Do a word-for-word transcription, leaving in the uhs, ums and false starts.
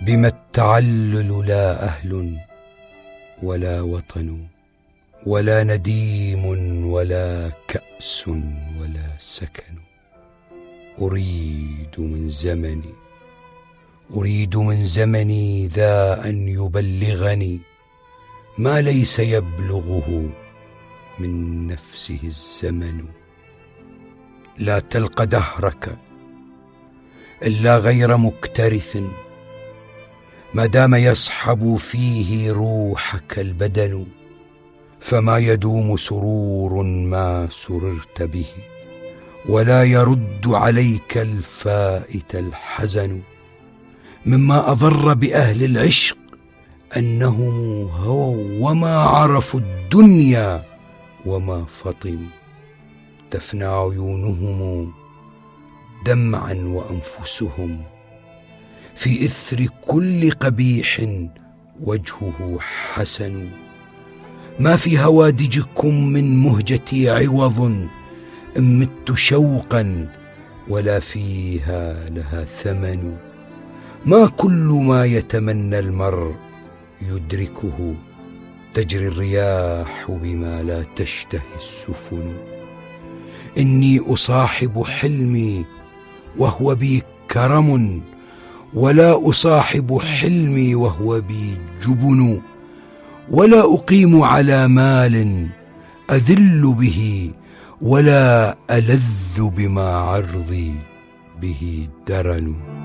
بما التعلل لا أهل ولا وطن ولا نديم ولا كأس ولا سكن. أريد من زمني أريد من زمني ذا أن يبلغني ما ليس يبلغه من نفسه الزمن. لا تلق دهرك إلا غير مكترث ما دام يصحب فيه روحك البدن، فما يدوم سرور ما سررت به ولا يرد عليك الفائت الحزن. مما أضر بأهل العشق أنهم هووا وما عرفوا الدنيا وما فطنوا. تفنى عيونهم دمعا وأنفسهم في إثر كل قبيح وجهه حسن. ما في هوادجكم من مهجتي عوض إن مت شوقا ولا فيها لها ثمن. ما كل ما يتمنى المرء يدركه، تجري الرياح بما لا تشتهي السفن. إني أصاحب حلمي وهو بي كرم ولا أصاحب حلمي وهو بي جبن. ولا أقيم على مال أذل به ولا ألذ بما عرضي به درن.